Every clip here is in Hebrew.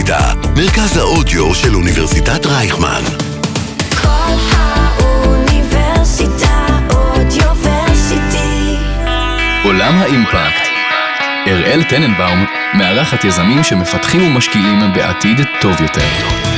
אוניברסיטה, מרכז האודיו של אוניברסיטת רייכמן. כל האוניברסיטה אודיוורסיטי. עולם האימפקט. אראל טננבאום מארחת יזמים שמפתחים ומשקיעים בעתיד טוב יותר.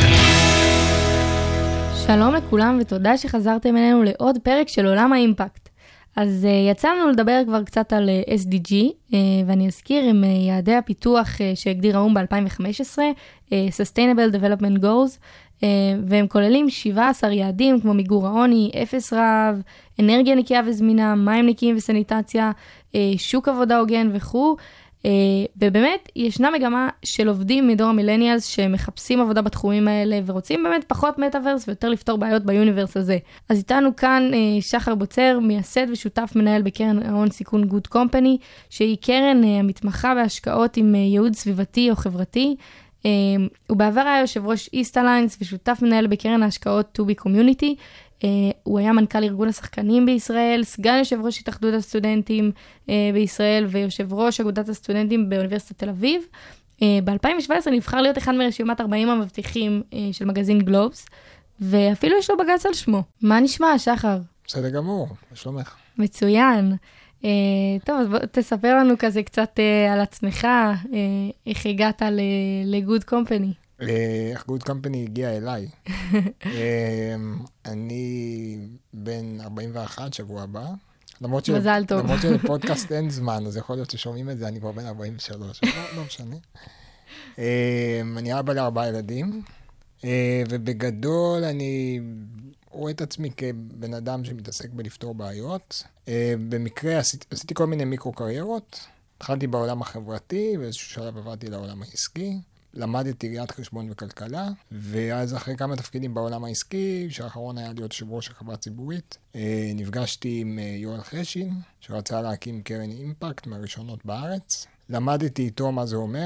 שלום לכולם ותודה שחזרתם אלינו לעוד פרק של עולם האימפקט. אז יצא לנו לדבר כבר קצת על SDG, ואני אזכיר עם יעדי הפיתוח שהגדיר האו"ם ב-2015, Sustainable Development Goals, והם כוללים 17 יעדים כמו מיגור העוני, אפס רעב, אנרגיה נקייה וזמינה, מים נקיים וסניטציה, שוק עבודה הוגן וכו'. ובאמת ישנה מגמה של עובדים מדור המילניאלס שמחפשים עבודה בתחומים האלה ורוצים באמת פחות מטאברס ויותר לפתור בעיות ביוניברס הזה. אז איתנו כאן שחר בוצר, מייסד ושותף מנהל בקרן ההון סיכון גוד קומפני, שהיא קרן המתמחה בהשקעות עם ייעוד סביבתי או חברתי. ובעבר היה יושב ראש איסט אליינס ושותף מנהל בקרן ההשקעות טובי קומיוניטי. הוא היה מנכ"ל ארגון השחקנים בישראל, סגן יושב ראש התאחדות הסטודנטים בישראל ויושב ראש אגודת הסטודנטים באוניברסיטת תל אביב. ב-2017 נבחר להיות אחד מרשימת 40 המבטיחים של מגזין גלובס, ואפילו יש לו בג"ץ על שמו. מה נשמע, שחר? בסדר גמור, שלומך. מצוין. טוב, אז בוא תספר לנו כזה קצת על עצמך, איך הגעת לגוד קומפני. איך גוד קומפני הגיע אליי. אני בן 41 שבוע הבא. מזל טוב. למרות שלפודקאסט אין זמן, אז יכול להיות ששומעים את זה, אני כבר בן 43, לא משנה. אני אבא ל4 ילדים, ובגדול אני רואה את עצמי כבן אדם שמתעסק בלפתור בעיות. במקרה עשיתי כל מיני מיקרו-קריירות. התחלתי בעולם החברתי, באיזשהו שלב עברתי לעולם העסקי. למדתי ראיית חשבון וכלכלה, ואז אחרי כמה תפקידים בעולם העסקי, שהאחרון היה להיות יושב ראש החברה הציבורית, נפגשתי עם יואל חשין, שרצה להקים קרן אימפקט מהראשונות בארץ. למדתי איתו מה זה אומר,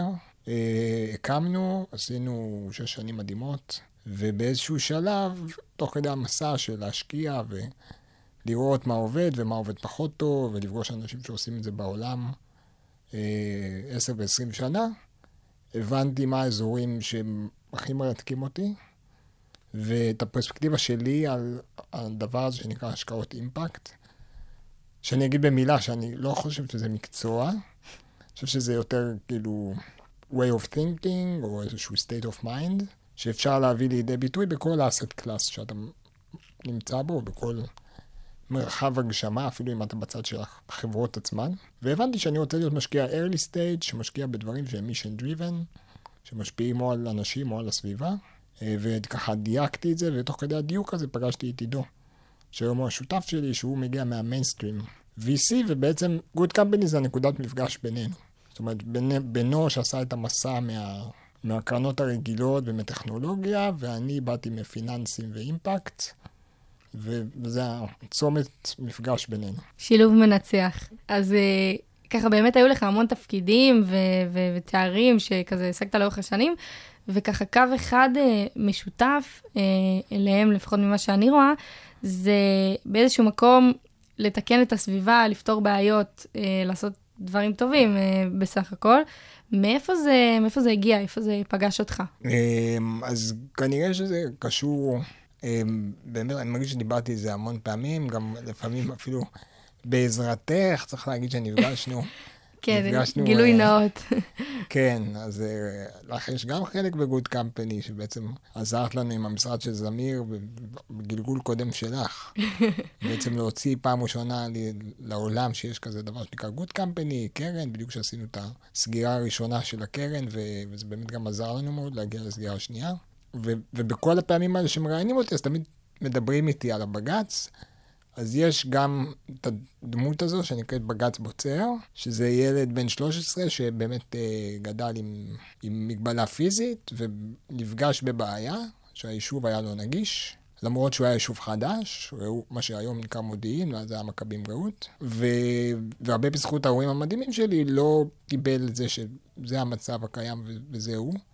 הקמנו, עשינו 6 שנים מדהימות, ובאיזשהו שלב, תוך כדי המסע של להשקיע ולראות מה עובד ומה עובד פחות טוב, ולפגוש אנשים שעושים את זה בעולם 10 ו-20 שנה, הבנתי מה האזורים שהכי מרתקים אותי, ואת הפרספקטיבה שלי על הדבר הזה שנקרא השקעות אימפקט, שאני אגיד במילה שאני לא חושב שזה מקצוע, אני חושב שזה יותר כאילו way of thinking, או איזשהו state of mind, שאפשר להביא לידי ביטוי בכל asset class שאתה נמצא בו, בכל מרחב הגשמה, אפילו אם אתה בצד של החברות עצמן. והבנתי שאני רוצה להיות משקיע early stage, שמשקיע בדברים שהם mission driven, שמשפיעים או על אנשים או על הסביבה. וככה דייקתי את זה, ותוך כדי הדיוק הזה פגשתי את עידו, שהיום הוא השותף שלי, שהוא מגיע מהמיינסטרים VC, ובעצם Good Company זה הנקודת מפגש בינינו. זאת אומרת, בינו שעשה את המסע מהקרנות הרגילות ומטכנולוגיה, ואני באתי מפיננסים ואימפקט, וזה הצומת מפגש בינינו. שילוב מנצח. אז ככה באמת היו לך המון תפקידים ותארים שכזה השגת לאורך השנים, וככה קו אחד משותף אליהם, לפחות ממה שאני רואה, זה באיזשהו מקום לתקן את הסביבה, לפתור בעיות, לעשות דברים טובים בסך הכל. מאיפה זה הגיע? איפה זה פגש אותך? אז כנראה שזה קשור, באמת אני מרגיש שדיברתי על זה המון פעמים, גם לפעמים אפילו בעזרתך, צריך להגיד שנפגשנו. כן, גילוי נאות. כן, אז לך יש גם חלק בגוד קמפני, שבעצם עזרת לנו עם המשרד של זמיר, בגלגול קודם שלך. בעצם להוציא פעם ראשונה לעולם שיש כזה דבר שנקרא גוד קמפני, קרן, בדיוק שעשינו את הסגירה הראשונה של הקרן, וזה באמת גם עזר לנו מאוד להגיע לסגירה השנייה. ובכל הפעמים האלה שמראיינים אותי, אז תמיד מדברים איתי על הבג"ץ, אז יש גם את הדמות הזו שנקראת בג"ץ בוצר, שזה ילד בן 13 שבאמת גדל עם מגבלה פיזית, ונפגש בבעיה שהיישוב היה לא נגיש, למרות שהוא היה יישוב חדש, מה שהיום נקרא מודיעין, ואז היה מכבים רעות, והרבה בזכות ההורים המדהימים שלי לא קיבל את זה שזה המצב הקיים וזהו.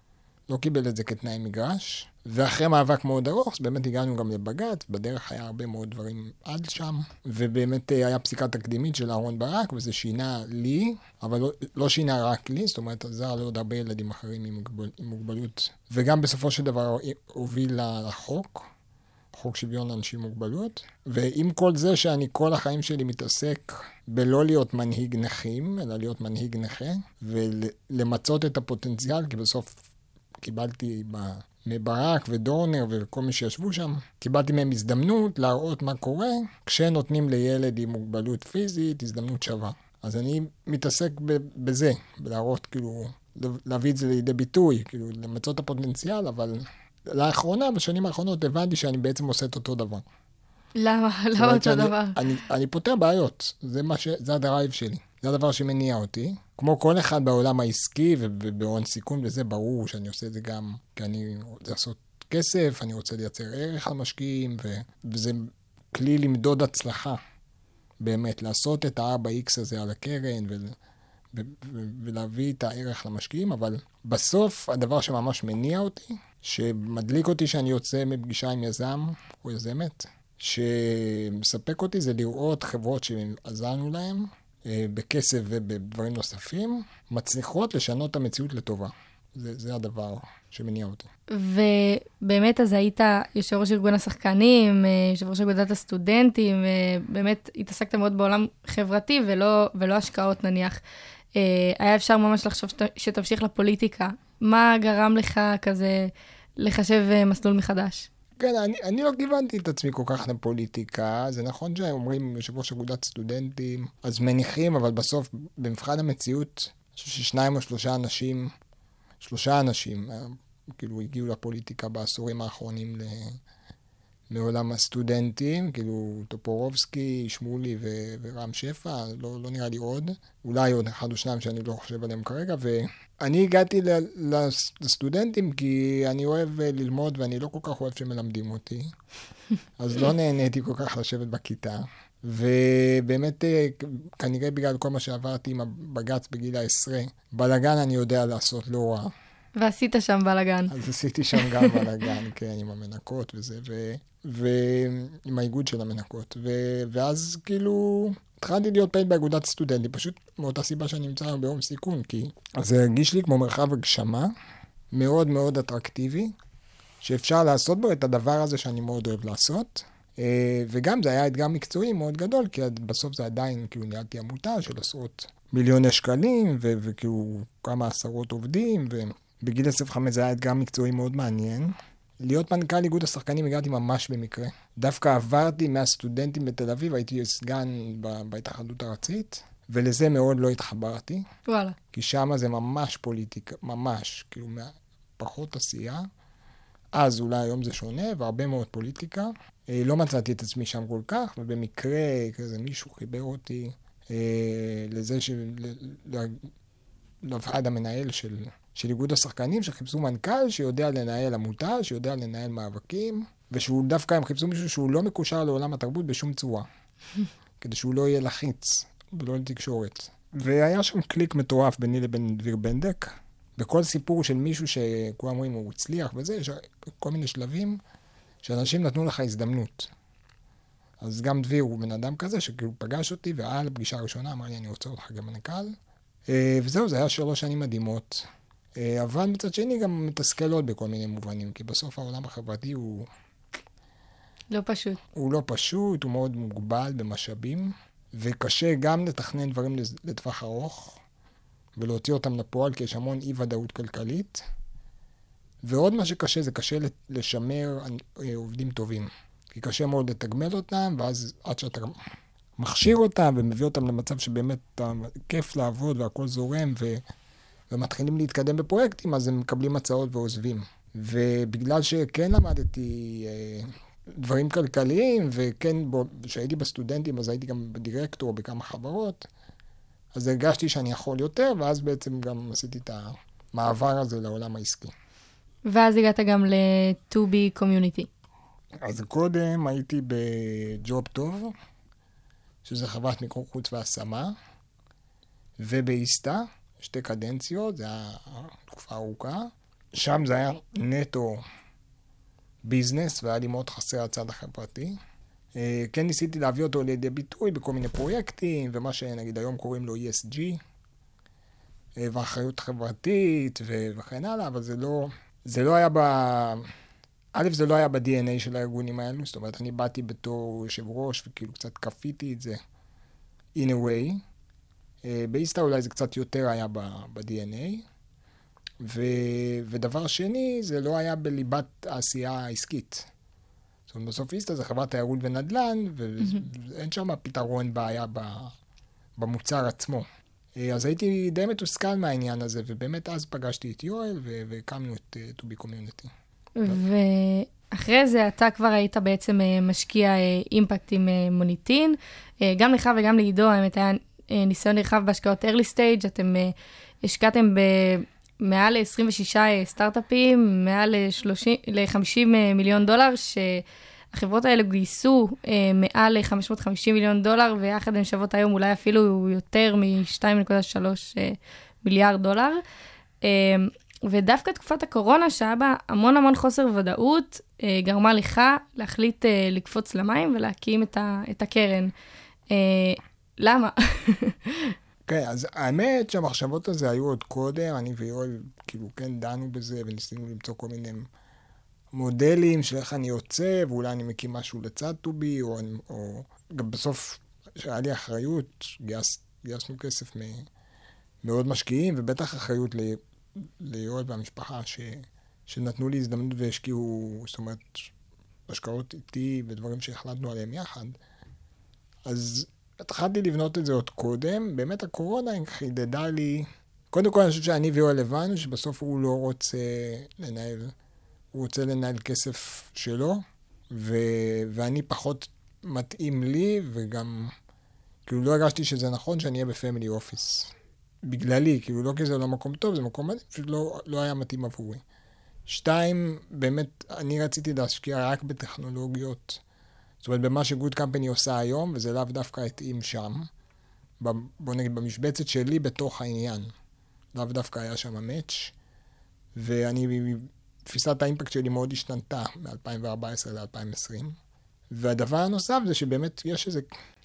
לא קיבל את זה כתנאי מגרש, ואחרי מאבק מאוד ארוך, באמת הגענו גם לבג"ץ, בדרך היה הרבה מאוד דברים עד שם, ובאמת היה פסיקה תקדימית של אהרון ברק, וזה שינה לי, אבל לא שינה רק לי, זאת אומרת, עזר לעוד הרבה ילדים אחרים עם מוגבלות, וגם בסופו של דבר הוביל לחוק, חוק שוויון לאנשים עם מוגבלות, ועם כל זה שאני כל החיים שלי מתעסק בלא להיות מנהיג נכים, אלא להיות מנהיג נכה, ולמצות את הפוטנציאל, כי בסוף קיבלתי מברק ודורנר וכל מי שישבו שם, קיבלתי מהם הזדמנות להראות מה קורה, כשנותנים לילד עם מוגבלות פיזית הזדמנות שווה. אז אני מתעסק בזה, להראות כאילו, להביא את זה לידי ביטוי, כאילו למצות את הפוטנציאל, אבל לאחרונה, בשנים האחרונות, הבנתי שאני בעצם עושה את אותו דבר. למה? למה אותו דבר? אני פותר בעיות, זה הדרייב שלי. זה הדבר שמניע אותי. כמו כל אחד בעולם העסקי ובהון סיכון, וזה ברור שאני עושה את זה גם כי אני רוצה לעשות כסף, אני רוצה לייצר ערך על משקיעים, וזה כלי למדוד הצלחה. באמת, לעשות את ה-4X הזה על הקרן ולהביא את הערך למשקיעים, אבל בסוף הדבר שממש מניע אותי, שמדליק אותי שאני יוצא מפגישה עם יזם או יזמת, שמספק אותי זה לראות חברות שעזרנו להם, בכסף ובדברים נוספים, מצליחות לשנות את המציאות לטובה. זה הדבר שמניע אותי. ובאמת אז היית יושב ראש ארגון השחקנים, יושב ראש אגודת הסטודנטים, ובאמת התעסקת מאוד בעולם חברתי ולא השקעות נניח. היה אפשר ממש לחשוב שתמשיך לפוליטיקה. מה גרם לך כזה לחשב מסלול מחדש? כן, אני לא כיוונתי את עצמי כל כך לפוליטיקה. זה נכון שאומרים יושב ראש אגודת סטודנטים, אז מניחים, אבל בסוף במבחן המציאות, אני חושב ששניים או שלושה אנשים, כאילו הגיעו לפוליטיקה בעשורים האחרונים מעולם הסטודנטים, כאילו טופורובסקי, שמולי ורם שפע, לא נראה לי עוד, אולי עוד אחד או שניים שאני לא חושב עליהם כרגע, ואני הגעתי לסטודנטים כי אני אוהב ללמוד ואני לא כל כך אוהב שמלמדים אותי, אז לא נהניתי כל כך לשבת בכיתה, ובאמת כנראה בגלל כל מה שעברתי עם הבג"ץ בגיל ה-10, בלגן אני יודע לעשות לא רע. ועשית שם בלגן. אז עשיתי שם גם בלגן, כן, עם המנקות וזה, ועם האיגוד של המנקות. ואז כאילו התחלתי להיות פעיל באגודת סטודנטים, פשוט מאותה סיבה שאני נמצא בהון סיכון, כי זה הרגיש לי כמו מרחב הגשמה, מאוד מאוד אטרקטיבי, שאפשר לעשות בו את הדבר הזה שאני מאוד אוהב לעשות, וגם זה היה אתגר מקצועי מאוד גדול, כי בסוף זה עדיין, כאילו ניהלתי עמותה של עשרות מיליוני שקלים, וכאילו כמה עשרות עובדים, בגיל 25 זה היה אתגר מקצועי מאוד מעניין. להיות מנכ"ל איגוד השחקנים הגעתי ממש במקרה. דווקא עברתי מהסטודנטים בתל אביב, הייתי סגן בהתאחדות הארצית, ולזה מאוד לא התחברתי. וואלה. כי שם זה ממש פוליטיקה, ממש, כאילו פחות עשייה. אז אולי היום זה שונה, והרבה מאוד פוליטיקה. לא מצאתי את עצמי שם כל כך, ובמקרה כזה מישהו חיבר אותי לזה לוועד המנהל של איגוד השחקנים, שחיפשו מנכ"ל שיודע לנהל עמותה, שיודע לנהל מאבקים, ושהוא דווקא הם חיפשו מישהו שהוא לא מקושר לעולם התרבות בשום צורה, כדי שהוא לא יהיה לחיץ ולא לתקשורת. והיה שם קליק מטורף ביני לבין דביר בנדק, בכל סיפור של מישהו שכולם אומרים הוא הצליח וזה, יש כל מיני שלבים שאנשים נתנו לך הזדמנות. אז גם דביר הוא בן אדם כזה שכאילו פגש אותי, ועל הפגישה הראשונה אמר לי אני רוצה אותך גם מנכ"ל, וזהו, זה היה 3 שנים מדהימות. אבל מצד שני גם מתסכלות בכל מיני מובנים, כי בסוף העולם החברתי הוא לא פשוט. הוא לא פשוט, הוא מאוד מוגבל במשאבים, וקשה גם לתכנן דברים לטווח ארוך, ולהוציא אותם לפועל, כי יש המון אי-ודאות כלכלית. ועוד מה שקשה, זה קשה לשמר עובדים טובים. כי קשה מאוד לתגמל אותם, ואז עד שאתה מכשיר אותם ומביא אותם למצב שבאמת כיף לעבוד והכל זורם, ומתחילים להתקדם בפרויקטים, אז הם מקבלים הצעות ועוזבים. ובגלל שכן למדתי דברים כלכליים, וכן, כשהייתי בסטודנטים, אז הייתי גם בדירקטור בכמה חברות, אז הרגשתי שאני יכול יותר, ואז בעצם גם עשיתי את המעבר הזה לעולם העסקי. ואז הגעת גם ל-2B Community. אז קודם הייתי בג'וב טוב, שזה חברת מיקור חוץ והשמה, ובאיסטה, 2 קדנציות, זה היה תקופה ארוכה, שם זה היה נטו ביזנס, והיה לי מאוד חסר הצד החברתי. כן ניסיתי להביא אותו לידי ביטוי בכל מיני פרויקטים, ומה שנגיד היום קוראים לו ESG, ואחריות חברתית וכן הלאה, אבל זה לא היה זה לא היה ב-DNA של הארגונים האלו, זאת אומרת, אני באתי בתור יושב ראש, וכאילו קצת כפיתי את זה, in a way. באיסטה אולי זה קצת יותר היה ב-DNA. ודבר שני, זה לא היה בליבת העשייה העסקית. זאת אומרת, בסוף איסטה זה חברת תיירות ונדל"ן, ואין שם פתרון בעיה במוצר עצמו. אז הייתי די מתוסכל מהעניין הזה, ובאמת אז פגשתי את יואל, והקמנו את To Be Community. ואחרי זה אתה כבר היית בעצם משקיע אימפקט עם מוניטין. גם לך וגם לעידו, האמת היה ניסיון נרחב בהשקעות early stage, אתם השקעתם מעל ל-26 סטארט-אפים, מעל ל-50 מיליון דולר, שהחברות האלה גייסו מעל ל-550 מיליון דולר, ויחד הן שוות היום אולי אפילו יותר מ-2.3 מיליארד דולר. ודווקא תקופת הקורונה, שהיה בה המון חוסר ודאות, גרמה לך להחליט לקפוץ למים ולהקים את הקרן. למה? כן, אז האמת שהמחשבות הזה היו עוד קודם, אני ויואל כאילו כן דנו בזה, וניסינו למצוא כל מיני מודלים של איך אני יוצא, ואולי אני מקים משהו לצד טובי, או גם בסוף שהיה לי אחריות, גייסנו כסף מאוד משקיעים, ובטח אחריות ליואל והמשפחה שנתנו לי הזדמנות והשקיעו, זאת אומרת, השקעות איתי ודברים שהחלטנו עליהם יחד. אז התחלתי לבנות את זה עוד קודם, באמת הקורונה חידדה לי, קודם כל אני חושב שאני ויואל הבנו שבסוף הוא לא רוצה לנהל, הוא רוצה לנהל כסף שלו, ואני פחות מתאים לי, וגם כאילו לא הרגשתי שזה נכון שאני אהיה בפמילי אופיס. בגללי, כאילו לא כי זה לא מקום טוב, זה מקום מדהים, פשוט לא היה מתאים עבורי. 2, באמת, אני רציתי להשקיע רק בטכנולוגיות, זאת אומרת, במה שגוד קמפני עושה היום, וזה לאו דווקא התאים שם, בוא נגיד, במשבצת שלי בתוך העניין. לאו דווקא היה שם המאץ', תפיסת האימפקט שלי מאוד השתנתה מ-2014 ל-2020. והדבר הנוסף זה שבאמת יש איזה,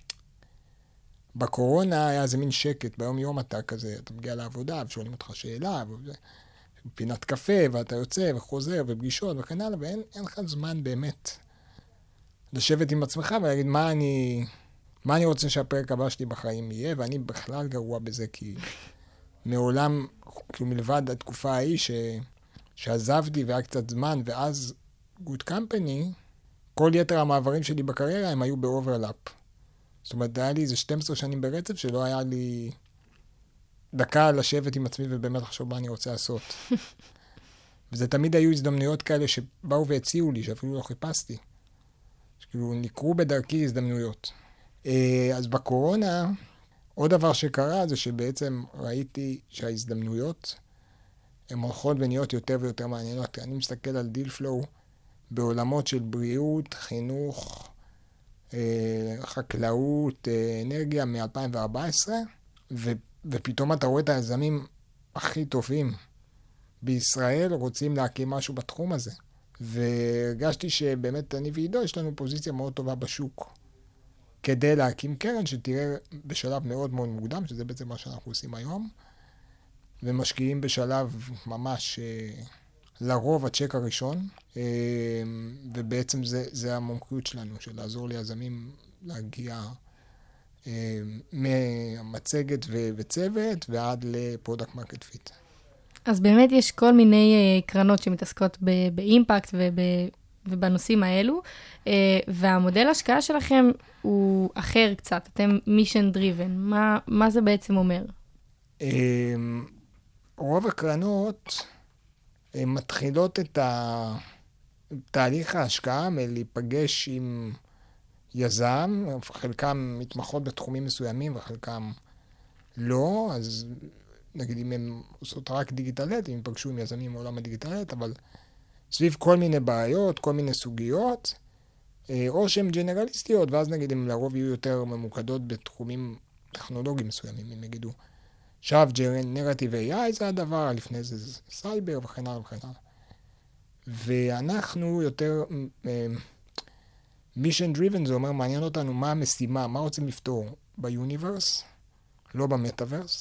בקורונה היה איזה מין שקט, ביום יום אתה כזה, אתה מגיע לעבודה, ושואלים אותך שאלה, פינת קפה, ואתה יוצא וחוזר, ופגישות וכן הלאה, ואין לך זמן באמת לשבת עם עצמך ולהגיד מה אני רוצה שהפרק הבא שלי בחיים יהיה, ואני בכלל גרוע בזה, כי מעולם, כאילו מלבד התקופה ההיא שעזבתי והיה קצת זמן, ואז גוד קמפני, כל יתר המעברים שלי בקריירה הם היו באוברלאפ. זאת אומרת, היה לי איזה 12 שנים ברצף שלא היה לי דקה לשבת עם עצמי ובאמת לחשוב מה אני רוצה לעשות. וזה תמיד היו הזדמנויות כאלה שבאו והציעו לי, שאפילו לא חיפשתי. שכאילו נקרו בדרכי הזדמנויות. אז בקורונה, עוד דבר שקרה זה שבעצם ראיתי שההזדמנויות הן הולכות ונהיות יותר ויותר מעניינות. אני מסתכל על דיל פלואו בעולמות של בריאות, חינוך, חקלאות, אנרגיה מ-2014, ופתאום אתה רואה את היזמים הכי טובים בישראל רוצים להקים משהו בתחום הזה. והרגשתי שבאמת אני ועידו יש לנו פוזיציה מאוד טובה בשוק כדי להקים קרן שתראה בשלב מאוד מאוד מוקדם, שזה בעצם מה שאנחנו עושים היום, ומשקיעים בשלב ממש לרוב הצ'ק הראשון, ובעצם זה המומחיות שלנו, של לעזור ליזמים להגיע מהמצגת וצוות ועד לפרודקט מרקט פיט. אז באמת יש כל מיני קרנות שמתעסקות באימפקט ובנושאים האלו, והמודל ההשקעה שלכם הוא אחר קצת, אתם מישן דריבן. מה זה בעצם אומר? רוב הקרנות מתחילות את תהליך ההשקעה מלהיפגש עם יזם, חלקם מתמחות בתחומים מסוימים וחלקם לא, אז נגיד אם הם עושות רק דיגיטלית, הם יפגשו עם יזמים מעולם הדיגיטלית, אבל סביב כל מיני בעיות, כל מיני סוגיות, או שהן ג'נרליסטיות, ואז נגיד הם לרוב יהיו יותר ממוקדות בתחומים טכנולוגיים מסוימים, הם יגידו עכשיו ג'נרטיב AI זה הדבר, לפני זה סייבר וכן הלאה וכן הלאה. ואנחנו יותר mission driven, זה אומר מעניין אותנו מה המשימה, מה רוצים לפתור ביוניברס, לא במטאברס.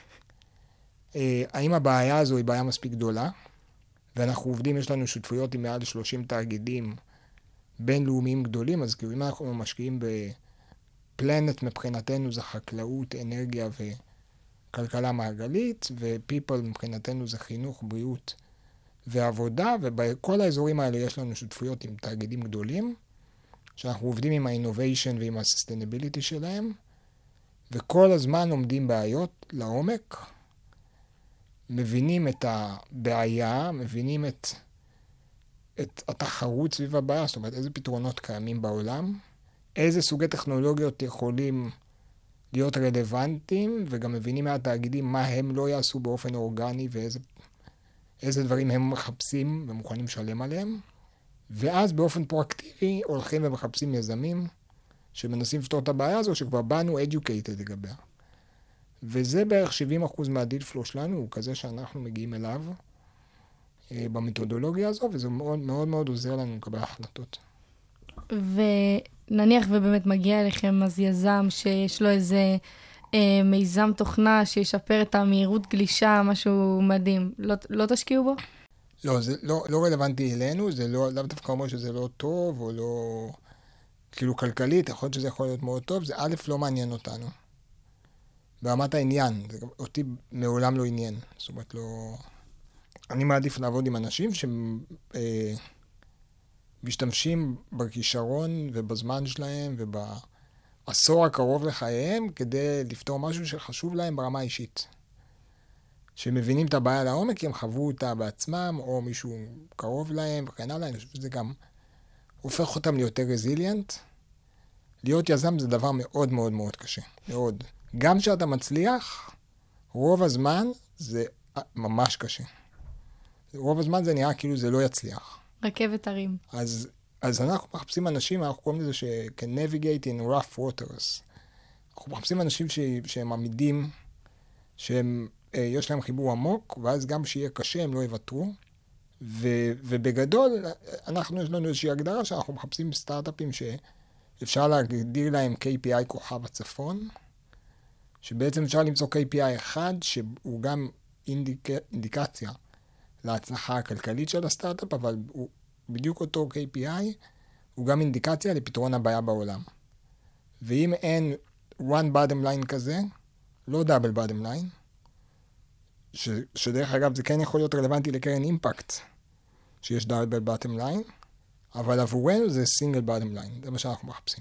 האם הבעיה הזו היא בעיה מספיק גדולה, ואנחנו עובדים, יש לנו שותפויות עם מעל 30 תאגידים בינלאומיים גדולים, אז כאילו אם אנחנו משקיעים בפלנט מבחינתנו זה חקלאות, אנרגיה וכלכלה מעגלית, ופיפל מבחינתנו זה חינוך, בריאות ועבודה, ובכל האזורים האלה יש לנו שותפויות עם תאגידים גדולים, שאנחנו עובדים עם ה-innovation ועם ה-sustainability שלהם, וכל הזמן עומדים בעיות לעומק, מבינים את הבעיה, מבינים את התחרות סביב הבעיה, זאת אומרת, איזה פתרונות קיימים בעולם, איזה סוגי טכנולוגיות יכולים להיות רלוונטיים, וגם מבינים מהתאגידים מה הם לא יעשו באופן אורגני, ואיזה דברים הם מחפשים ומוכנים לשלם עליהם. ואז באופן פרואקטיבי הולכים ומחפשים יזמים שמנסים לפתור את הבעיה הזו, שכבר באנו educated לגביה. וזה בערך 70% מהדיל פלו שלנו, הוא כזה שאנחנו מגיעים אליו במתודולוגיה הזו, וזה מאוד מאוד מאוד עוזר לנו לקבל החלטות. ונניח ובאמת מגיע אליכם אז יזם שיש לו איזה מיזם תוכנה שישפר את המהירות גלישה, משהו מדהים, לא תשקיעו בו? לא, זה לא רלוונטי אלינו, זה לא דווקא אומר שזה לא טוב, או לא כאילו כלכלית, יכול להיות שזה יכול להיות מאוד טוב, זה א' לא מעניין אותנו. ברמת העניין, זה אותי מעולם לא עניין, זאת אומרת לא... אני מעדיף לעבוד עם אנשים שמשתמשים בכישרון ובזמן שלהם ובעשור הקרוב לחייהם כדי לפתור משהו שחשוב להם ברמה אישית. שמבינים את הבעיה לעומק, כי הם חוו אותה בעצמם, או מישהו קרוב להם וכן הלאה, אני חושב שזה גם הופך אותם ליותר רזיליאנט. להיות יזם זה דבר מאוד מאוד מאוד קשה, מאוד. גם כשאתה מצליח, רוב הזמן זה ממש קשה. רוב הזמן זה נראה כאילו זה לא יצליח. רכבת הרים. אז אנחנו מחפשים אנשים, אנחנו קוראים לזה can navigate in rough waters. אנחנו מחפשים אנשים שהם עמידים, שהם יש להם חיבור עמוק, ואז גם שיהיה קשה הם לא יוותרו. ובגדול, יש לנו איזושהי הגדרה שאנחנו מחפשים סטארט-אפים שאפשר להגדיר להם KPI כוכב הצפון, שבעצם אפשר למצוא KPI אחד, שהוא גם אינדיקציה להצלחה הכלכלית של הסטארט-אפ, אבל הוא בדיוק אותו KPI, הוא גם אינדיקציה לפתרון הבעיה בעולם. ואם אין one bottom line כזה, לא double bottom line, שדרך אגב זה כן יכול להיות רלוונטי לקרן אימפקט, שיש double bottom line, אבל עבורנו זה single bottom line, זה מה שאנחנו מחפשים.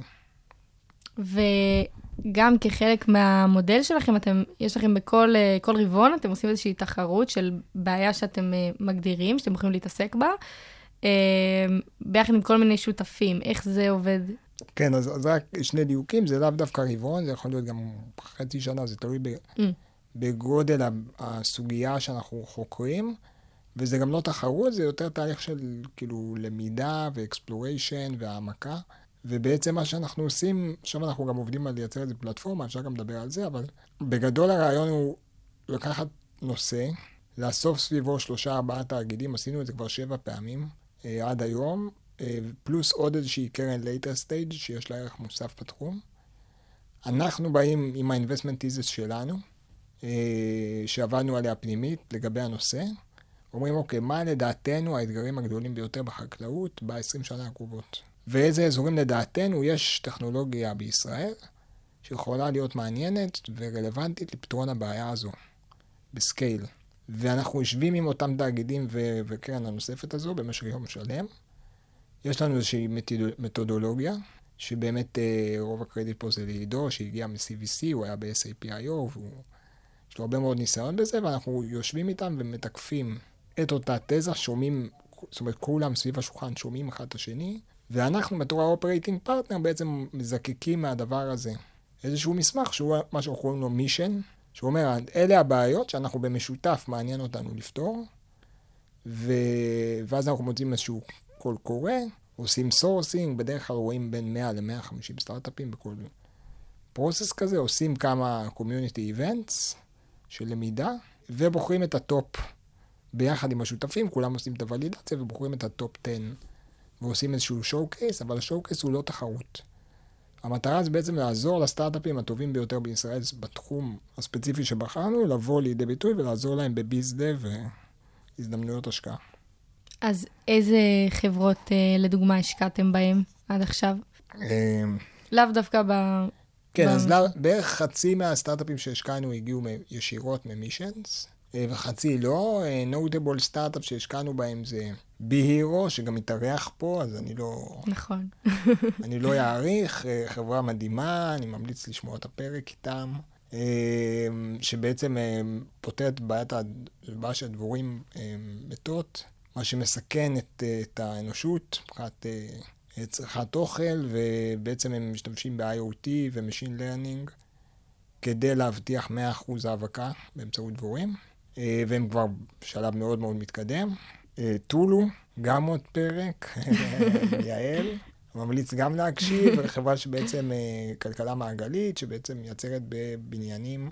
וגם כחלק מהמודל שלכם, יש לכם בכל רבעון, אתם עושים איזושהי תחרות של בעיה שאתם מגדירים, שאתם יכולים להתעסק בה, ביחד עם כל מיני שותפים, איך זה עובד? כן, אז רק שני דיוקים, זה לאו דווקא רבעון, זה יכול להיות גם חצי שנה, זה תלוי בגודל הסוגיה שאנחנו חוקרים, וזה גם לא תחרות, זה יותר תהליך של כאילו למידה ואקספלוריישן והעמקה, ובעצם מה שאנחנו עושים, עכשיו אנחנו גם עובדים על לייצר איזו פלטפורמה, אפשר גם לדבר על זה, אבל בגדול הרעיון הוא לקחת נושא, לאסוף סביבו 3-4 תאגידים, עשינו את זה כבר 7 פעמים עד היום, פלוס עוד איזושהי קרן later stage שיש לה ערך מוסף בתחום. אנחנו באים עם ה-investment thesis שלנו, שעבדנו עליה פנימית לגבי הנושא, אומרים, אוקיי, מה לדעתנו האתגרים הגדולים ביותר בחקלאות ב-20 שנה הקרובות? ואיזה אזורים לדעתנו יש טכנולוגיה בישראל שיכולה להיות מעניינת ורלוונטית לפתרון הבעיה הזו, בסקייל. ואנחנו יושבים עם אותם תאגידים וקרן הנוספת הזו במשך יום שלם. יש לנו איזושהי מתודולוגיה, שבאמת רוב הקרדיט פה זה לידו, שהגיע מ-CVC, הוא היה ב-SAPIO, יש לו הרבה מאוד ניסיון בזה, ואנחנו יושבים איתם ומתקפים את אותה תזה, שומעים, זאת אומרת, כולם סביב השולחן שומעים אחד את השני, ואנחנו בתור האופרייטינג פרטנר בעצם מזקקים מהדבר הזה איזשהו מסמך שהוא מה שאנחנו קוראים לו מישן, שהוא אומר, אלה הבעיות שאנחנו במשותף מעניין אותנו לפתור, ואז אנחנו מוצאים איזשהו קול קורא, עושים סורסינג, בדרך כלל רואים בין 100 ל-150 סטארט-אפים בכל פרוסס כזה, עושים כמה community events, של למידה, ובוחרים את הטופ ביחד עם השותפים, כולם עושים את הוולידציה ובוחרים את הטופ 10, ועושים איזשהו שואו-קייס, אבל השואו-קייס הוא לא תחרות. המטרה זה בעצם לעזור לסטארט-אפים הטובים ביותר בישראל בתחום הספציפי שבחרנו, לבוא לידי ביטוי ולעזור להם בביז-דב והזדמנויות השקעה. אז איזה חברות, לדוגמה, השקעתם בהם עד עכשיו? לאו דווקא כן, אז בערך חצי מהסטארט-אפים שהשקענו הגיעו ישירות ממישנס, וחצי לא. נוטבול סטארט-אפ שהשקענו בהם זה בי-הירו, שגם מתארח פה, אז אני לא... נכון. אני לא יעריך, חברה מדהימה, אני ממליץ לשמוע את הפרק איתם, שבעצם פותרת בעיה של דבורים מתות, מה שמסכן את האנושות, מבחינת צריכת אוכל, ובעצם הם משתמשים ב-IoT ו-Machine Learning, כדי להבטיח 100% האבקה באמצעות דבורים, והם כבר בשלב מאוד מאוד מתקדם. טולו, גם עוד פרק, יעל, ממליץ גם להקשיב, חברה שבעצם כלכלה מעגלית, שבעצם מייצרת בבניינים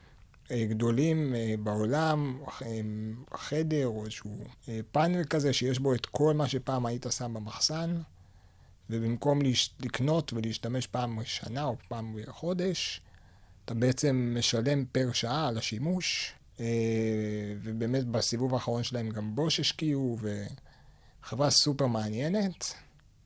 גדולים בעולם, חדר או איזשהו פאנל כזה, שיש בו את כל מה שפעם היית שם במחסן, ובמקום לקנות ולהשתמש פעם בשנה או פעם בחודש, אתה בעצם משלם פר שעה על השימוש, ובאמת בסיבוב האחרון שלהם גם בוש השקיעו, וחברה סופר מעניינת.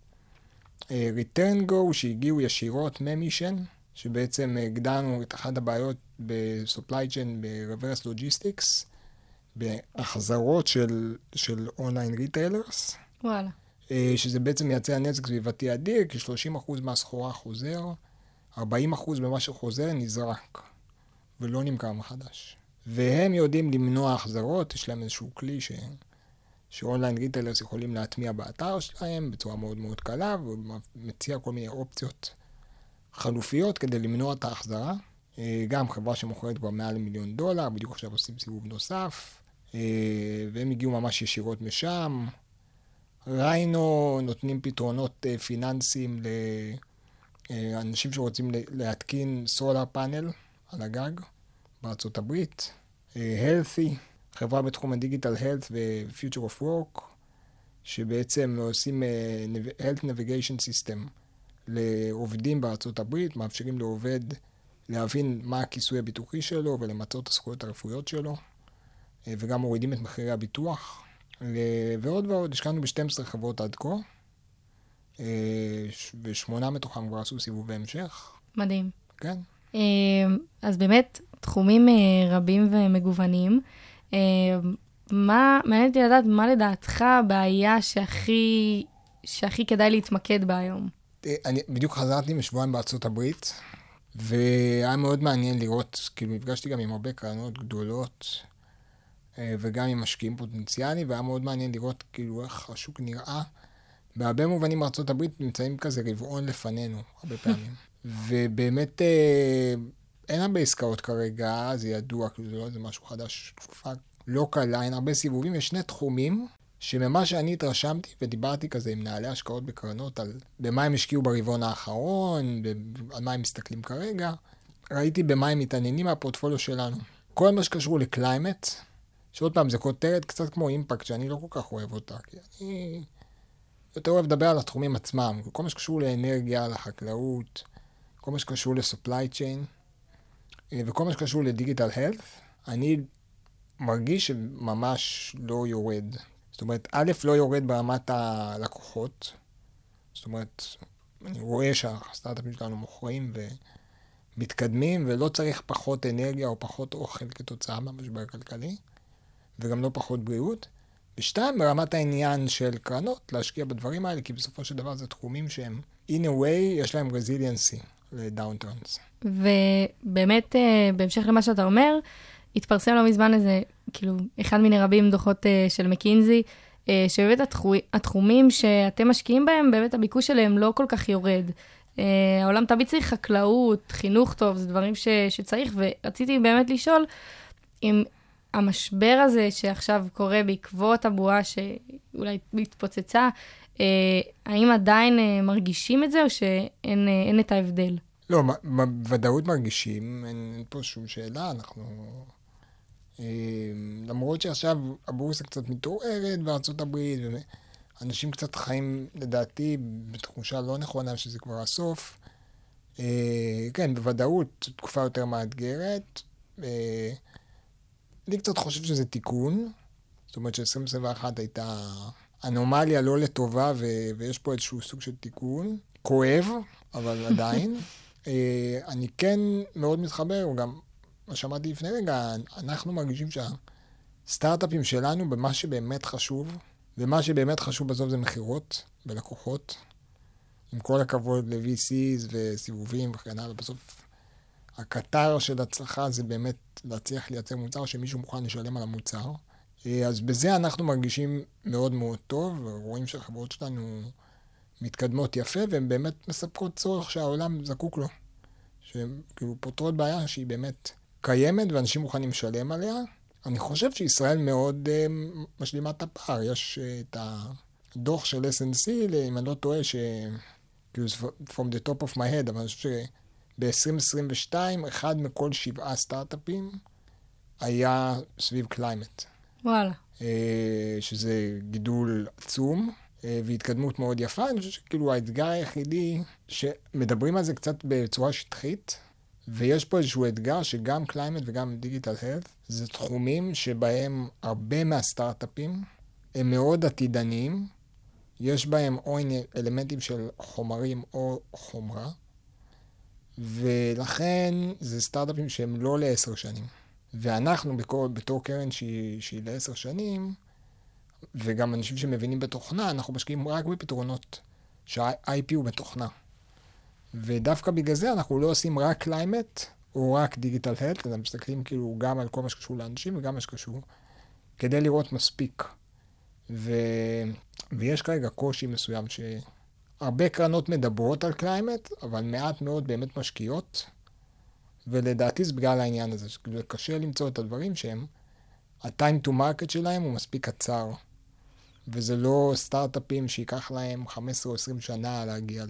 Return Go שהגיעו ישירות ממישן, שבעצם הגדרנו את אחת הבעיות ב-supply chain, ב-reverse logistics, בהחזרות של אונליין ריטיילרס. וואלה. שזה בעצם מייצר נזק סביבתי אדיר, כי 30% מהסחורה חוזר, 40% ממה שחוזר נזרק, ולא נמכר מחדש. והם יודעים למנוע החזרות, יש להם איזשהו כלי שאונליין ריטיילרס יכולים להטמיע באתר שלהם בצורה מאוד מאוד קלה, ומציע כל מיני אופציות חלופיות כדי למנוע את ההחזרה. גם חברה שמוכרת כבר מעל $1 מיליון, בדיוק עכשיו עושים סיבוב נוסף, והם הגיעו ממש ישירות משם. ריינו נותנים פתרונות פיננסיים לאנשים שרוצים להתקין סולר פאנל על הגג בארצות הברית. Healthy, חברה בתחום הדיגיטל Health ו-Future of Work, שבעצם עושים Health Navigation System לעובדים בארצות הברית, מאפשרים לעובד להבין מה הכיסוי הביטוחי שלו ולמצות את הזכויות הרפואיות שלו, וגם מורידים את מחירי הביטוח. ועוד ועוד, השקענו ב-12 חברות עד כה, ו8 מתוכם כבר עשו סיבובי המשך. מדהים. כן. אז באמת, תחומים רבים ומגוונים. מעניין אותי לדעת, מה לדעתך הבעיה שהכי כדאי להתמקד בה היום? אני בדיוק חזרתי משבועיים בארצות הברית, והיה מאוד מעניין לראות, כאילו נפגשתי גם עם הרבה קרנות גדולות, וגם עם משקיעים פוטנציאליים, והיה מאוד מעניין לראות כאילו איך השוק נראה. בהרבה מובנים ארצות הברית נמצאים כזה רבעון לפנינו, הרבה פעמים. ובאמת אין הרבה עסקאות כרגע, זה ידוע, כאילו זה לא איזה משהו חדש, תקופה לא קלה, אין הרבה סיבובים. יש שני תחומים שממה שאני התרשמתי ודיברתי כזה עם מנהלי השקעות בקרנות על במה הם השקיעו ברבעון האחרון, על מה הם מסתכלים כרגע. ראיתי במה הם מתעניינים מהפורטפוליו שלנו. כל מה שקשור לקליימט, שעוד פעם זה כותרת קצת כמו אימפקט, שאני לא כל כך אוהב אותה, כי אני יותר אוהב לדבר על התחומים עצמם, כל מה שקשור לאנרגיה, לחקלאות, כל מה שקשור ל-supply chain, וכל מה שקשור לדיגיטל health, אני מרגיש שממש לא יורד. זאת אומרת, א', לא יורד ברמת הלקוחות, זאת אומרת, אני רואה שהסטארט-אפים שלנו מוכרים ומתקדמים, ולא צריך פחות אנרגיה או פחות אוכל כתוצאה מהמשבר הכלכלי, וגם לא פחות בריאות. ושתיים, ברמת העניין של קרנות, להשקיע בדברים האלה, כי בסופו של דבר זה תחומים שהם, in a way, יש להם resiliency ל-downturns. ובאמת, בהמשך למה שאתה אומר, התפרסם לא מזמן איזה, כאילו, אחד מיני רבים דוחות של מקינזי, שבאמת התחומים שאתם משקיעים בהם, באמת הביקוש שלהם לא כל כך יורד. העולם תמיד צריך חקלאות, חינוך טוב, זה דברים שצריך, ורציתי באמת לשאול, אם המשבר הזה שעכשיו קורה בעקבות הבועה שאולי התפוצצה, האם עדיין מרגישים את זה או שאין את ההבדל? לא, בוודאות מרגישים, אין פה שום שאלה, אנחנו למרות שעכשיו הבורסה קצת מתעוררת בארצות הברית, ואנשים קצת חיים, לדעתי, בתחושה לא נכונה שזה כבר הסוף. כן, בוודאות, תקופה יותר מאתגרת. אני קצת חושב שזה תיקון. זאת אומרת ש-2021 הייתה אנומליה לא לטובה, ויש פה איזשהו סוג של תיקון. כואב, אבל עדיין. אני כן מאוד מתחבר, גם מה שאמרתי לפני רגע, אנחנו מרגישים שהסטארט-אפים שלנו במה שבאמת חשוב, ומה שבאמת חשוב בסוף זה מחירות ולקוחות. עם כל הכבוד ל-VCs וסיבובים וכן הלאה, בסוף הקטר של הצלחה זה באמת להצליח לייצר מוצר שמישהו מוכן לשלם על המוצר. אז בזה אנחנו מרגישים מאוד מאוד טוב, ורואים שהחברות שלנו מתקדמות יפה, והן באמת מספקות צורך שהעולם זקוק לו. שהן כאילו פותרות בעיה שהיא באמת קיימת, ואנשים מוכנים לשלם עליה. אני חושב שישראל מאוד משלימה את הפער. יש את הדוח של S&C, אם אני לא טועה, כאילו, from the top of my head, אבל אני חושב שב-2022, אחד מכל 7 סטארט-אפים היה סביב קליימט. וואלה. שזה גידול עצום, והתקדמות מאוד יפה. אני חושב שכאילו האתגר היחידי, שמדברים על זה קצת בצורה שטחית, ויש פה איזשהו אתגר שגם קליימט וגם דיגיטל הלת' זה תחומים שבהם הרבה מהסטארט-אפים הם מאוד עתידניים, יש בהם או אלמנטים של חומרים או חומרה, ולכן זה סטארט-אפים שהם לא ל10 שנים. ואנחנו בתור קרן שהיא ל10 שנים, וגם אנשים שמבינים בתוכנה, אנחנו משקיעים רק בפתרונות שה-IP הוא בתוכנה. ודווקא בגלל זה אנחנו לא עושים רק קליימט או רק דיגיטל הלת', אלא מסתכלים כאילו גם על כל מה שקשור לאנשים וגם מה שקשור, כדי לראות מספיק. ויש כרגע קושי מסוים שהרבה קרנות מדברות על קליימט, אבל מעט מאוד באמת משקיעות, ולדעתי זה בגלל העניין הזה, שזה קשה למצוא את הדברים שהם, ה-time to market שלהם הוא מספיק קצר, וזה לא סטארט-אפים שיקח להם 15 או 20 שנה להגיע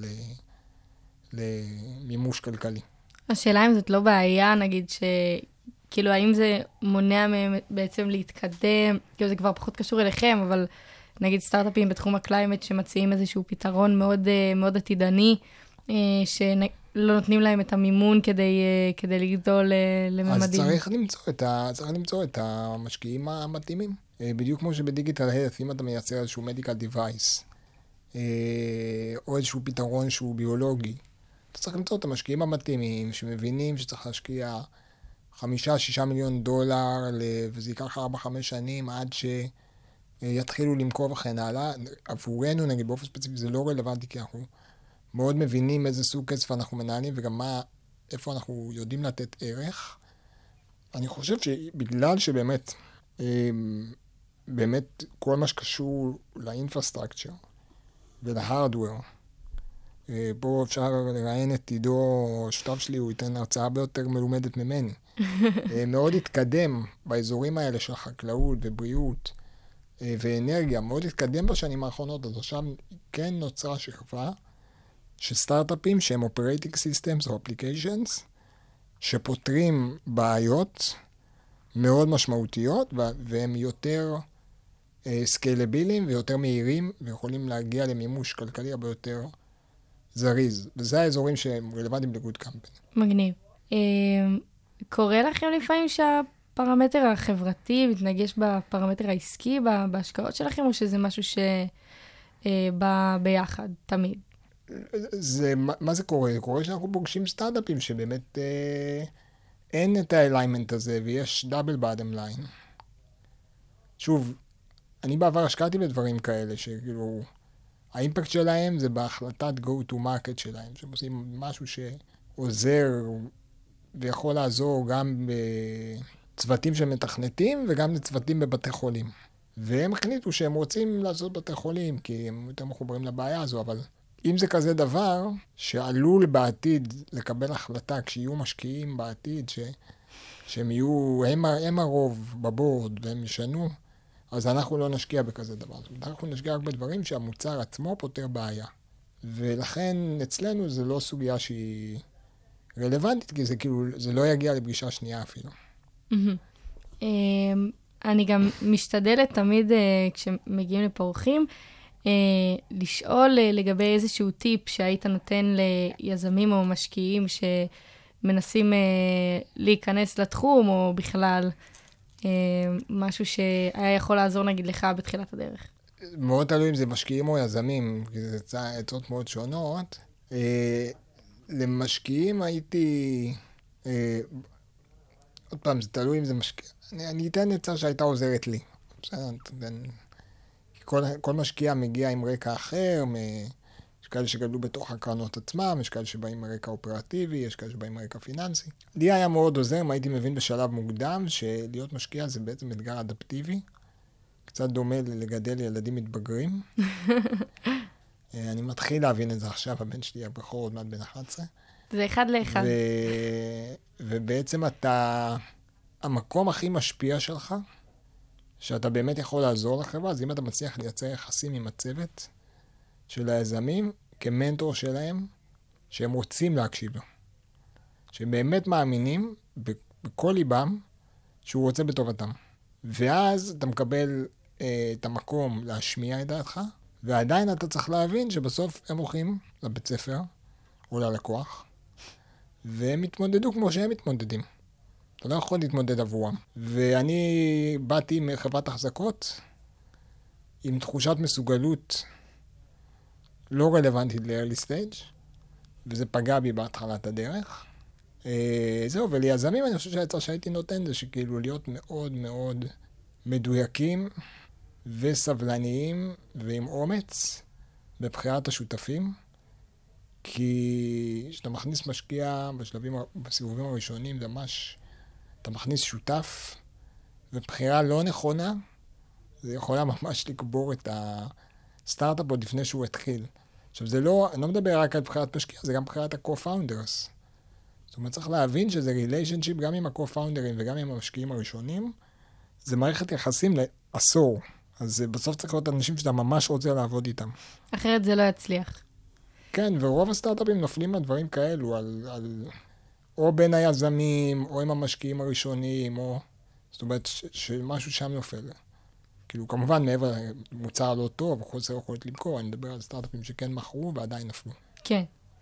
למימוש כלכלי. השאלה אם זאת לא בעיה, נגיד כאילו האם זה מונע מהם בעצם להתקדם, כאילו זה כבר פחות קשור אליכם, אבל נגיד סטארט-אפים בתחום הקליימט שמציעים איזשהו פתרון מאוד, מאוד עתידני, שלא נותנים להם את המימון כדי לגדול לממדים. אז צריך למצוא את המשקיעים המתאימים. בדיוק כמו שבדיגיטל הלת' אם אתה מייצר איזשהו מדיקל דיווייס, או איזשהו פתרון שהוא ביולוגי, אתה צריך למצוא את המשקיעים המתאימים שמבינים שצריך להשקיע 5-6 מיליון דולר, וזה ייקח 4-5 שנים עד שיתחילו למכור וכן הלאה. עבורנו, נגיד באופן ספציפי, זה לא רלוונטי, כי אנחנו מאוד מבינים איזה סוג כסף אנחנו מנהלים, וגם איפה אנחנו יודעים לתת ערך. אני חושב שבגלל שבאמת, באמת כל מה שקשור לאינפרסטרקצ'ר ולהארדוור, פה אפשר לראיין את עידו, שותף שלי, הוא ייתן הרצאה ביותר מלומדת ממני. מאוד התקדם באזורים האלה של חקלאות ובריאות ואנרגיה, מאוד התקדם בשנים האחרונות, אז עכשיו כן נוצרה שכבה של סטארט-אפים שהם Operating Systems או Applications, שפותרים בעיות מאוד משמעותיות, והם יותר סקיילביליים ויותר מהירים, ויכולים להגיע למימוש כלכלי הרבה יותר זריז. וזה האזורים שהם רלוונטיים לגוד קמפני. מגניב. קורה לכם לפעמים שהפרמטר החברתי מתנגש בפרמטר העסקי, בהשקעות שלכם, או שזה משהו שבא ביחד, תמיד? מה זה קורה? זה קורה שאנחנו פוגשים סטארט-אפים שבאמת אין את האליימנט הזה, ויש דאבל בוטום ליין. שוב, אני בעבר השקעתי בדברים כאלה, שכאילו, האימפקט שלהם זה בהחלטת go to market שלהם, שהם עושים משהו שעוזר ויכול לעזור גם בצוותים שמתכנתים וגם לצוותים בבתי חולים. והם החליטו שהם רוצים לעשות בתי חולים, כי הם יותר מחוברים לבעיה הזו, אבל אם זה כזה דבר שעלול בעתיד לקבל החלטה, כשיהיו משקיעים בעתיד, שהם יהיו, הם הרוב בבורד והם ישנו, אז אנחנו לא נשקיע בכזה דבר. אנחנו נשקיע רק בדברים שהמוצר עצמו פותר בעיה. ולכן אצלנו זה לא סוגיה שהיא רלוונטית, כי זה כאילו, זה לא יגיע לפגישה שנייה אפילו. אני גם משתדלת תמיד, כשמגיעים לפה אורחים, לשאול לגבי איזשהו טיפ שהיית נותן ליזמים או משקיעים שמנסים להיכנס לתחום, או בכלל משהו שהיה יכול לעזור נגיד לך בתחילת הדרך. מאוד תלוי אם זה משקיעים או יזמים, כי זה עצות מאוד שונות. למשקיעים הייתי, עוד פעם, זה תלוי אם זה משקיע. אני אתן עצה שהייתה עוזרת לי. בסדר, כל משקיע מגיע עם רקע אחר, יש כאלה שגדלו בתוך הקרנות עצמם, יש כאלה שבאים מרקע אופרטיבי, יש כאלה שבאים מרקע פיננסי. לי היה מאוד עוזר, אם הייתי מבין בשלב מוקדם, שלהיות משקיע זה בעצם אתגר אדפטיבי, קצת דומה לגדל ילדים מתבגרים. אני מתחיל להבין את זה עכשיו, הבן שלי הבכור עוד מעט בן 11. זה אחד לאחד. ובעצם המקום הכי משפיע שלך, שאתה באמת יכול לעזור לחברה, אז אם אתה מצליח לייצר יחסים עם הצוות של היזמים, כמנטור שלהם, שהם רוצים להקשיב לו. שהם באמת מאמינים בכל ליבם שהוא רוצה בטובתם. ואז אתה מקבל את המקום להשמיע את דעתך, ועדיין אתה צריך להבין שבסוף הם הולכים לבית ספר או ללקוח, והם מתמודדו כמו שהם מתמודדים. אתה לא יכול להתמודד עבורם. ואני באתי מחברת החזקות עם תחושת מסוגלות לא רלוונטית ל-early stage, וזה פגע בי בהתחלת הדרך. זהו, וליזמים אני חושב שהעצה שהייתי נותן זה שכאילו להיות מאוד מאוד מדויקים וסבלניים ועם אומץ בבחירת השותפים, כי כשאתה מכניס משקיע בסיבובים הראשונים, זה ממש, אתה מכניס שותף, ובחירה לא נכונה, זה יכולה ממש לקבור את הסטארט-אפ עוד לפני שהוא התחיל. עכשיו זה לא, אני לא מדבר רק על בחירת משקיע, זה גם בחירת ה-co-founders. זאת אומרת, צריך להבין שזה ריליישנשיפ גם עם ה-co-founders וגם עם המשקיעים הראשונים, זה מערכת יחסים לעשור. אז בסוף צריך להיות אנשים שאתה ממש רוצה לעבוד איתם. אחרת זה לא יצליח. כן, ורוב הסטארט-אפים נופלים על דברים כאלו, או בין היזמים, או עם המשקיעים הראשונים, או... זאת אומרת, שמשהו שם נופל. כאילו, כמובן, מעבר מוצר לא טוב, חוסר יכולת למכור, אני מדבר על סטארט-אפים שכן מכרו ועדיין נפלו. כן.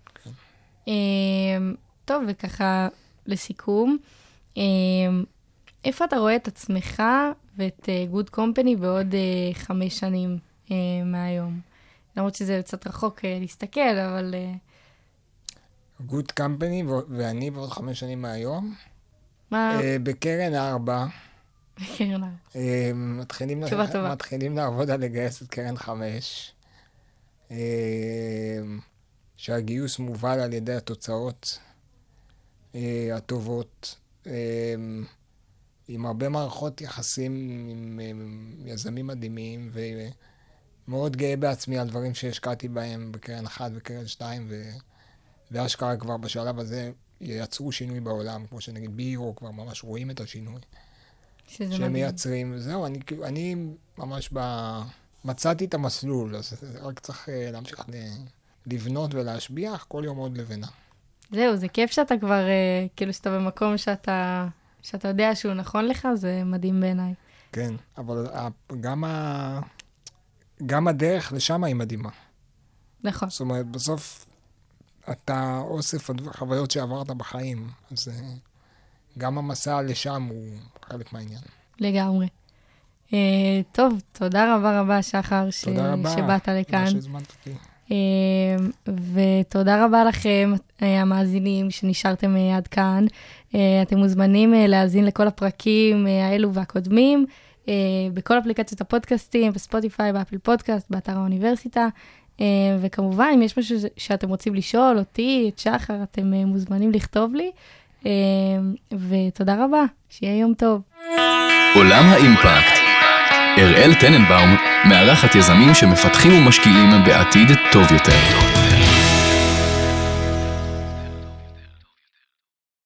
טוב, וככה, לסיכום, איפה אתה רואה את עצמך ואת Good Company בעוד 5 שנים מהיום? למרות שזה קצת רחוק להסתכל, אבל... Good Company ואני בעוד 5 שנים מהיום. מה? בקרן 4. בקרן 4. מתחילים לעבוד על לגייס את קרן 5. שהגיוס מובל על ידי התוצאות הטובות. עם הרבה מערכות יחסים עם יזמים מדהימים, ומאוד גאה בעצמי על דברים שהשקעתי בהם בקרן 1 וקרן 2, והשקעה כבר בשלב הזה ייצרו שינוי בעולם, כמו שנגיד בירו כבר ממש רואים את השינוי. שהם מייצרים, זהו, אני ממש מצאתי את המסלול, אז רק צריך להמשיך לבנות ולהשביח, כל יום עוד לבנה. זהו, זה כיף שאתה כבר, כאילו שאתה במקום שאתה יודע שהוא נכון לך, זה מדהים בעיניי. כן, אבל גם הדרך לשם היא מדהימה. נכון. זאת אומרת, בסוף אתה אוסף חוויות שעברת בחיים, אז גם המסע לשם הוא חלק מהעניין. לגמרי. טוב, תודה רבה שחר שבאת לכאן. תודה שהזמנת אותי. ותודה רבה לכם, המאזינים שנשארתם עד כאן. אתם מוזמנים להאזין לכל הפרקים האלו והקודמים, בכל אפליקציות הפודקאסטים, בספוטיפיי, באפל פודקאסט, באתר האוניברסיטה. וכמובן, אם יש משהו שאתם רוצים לשאול אותי, את שחר, אתם מוזמנים לכתוב לי. ותודה רבה, שיהיה יום טוב. עולם האימפקט. אראל טננבאום מארחת יזמים שמפתחים ומשקיעים בעתיד טוב יותר.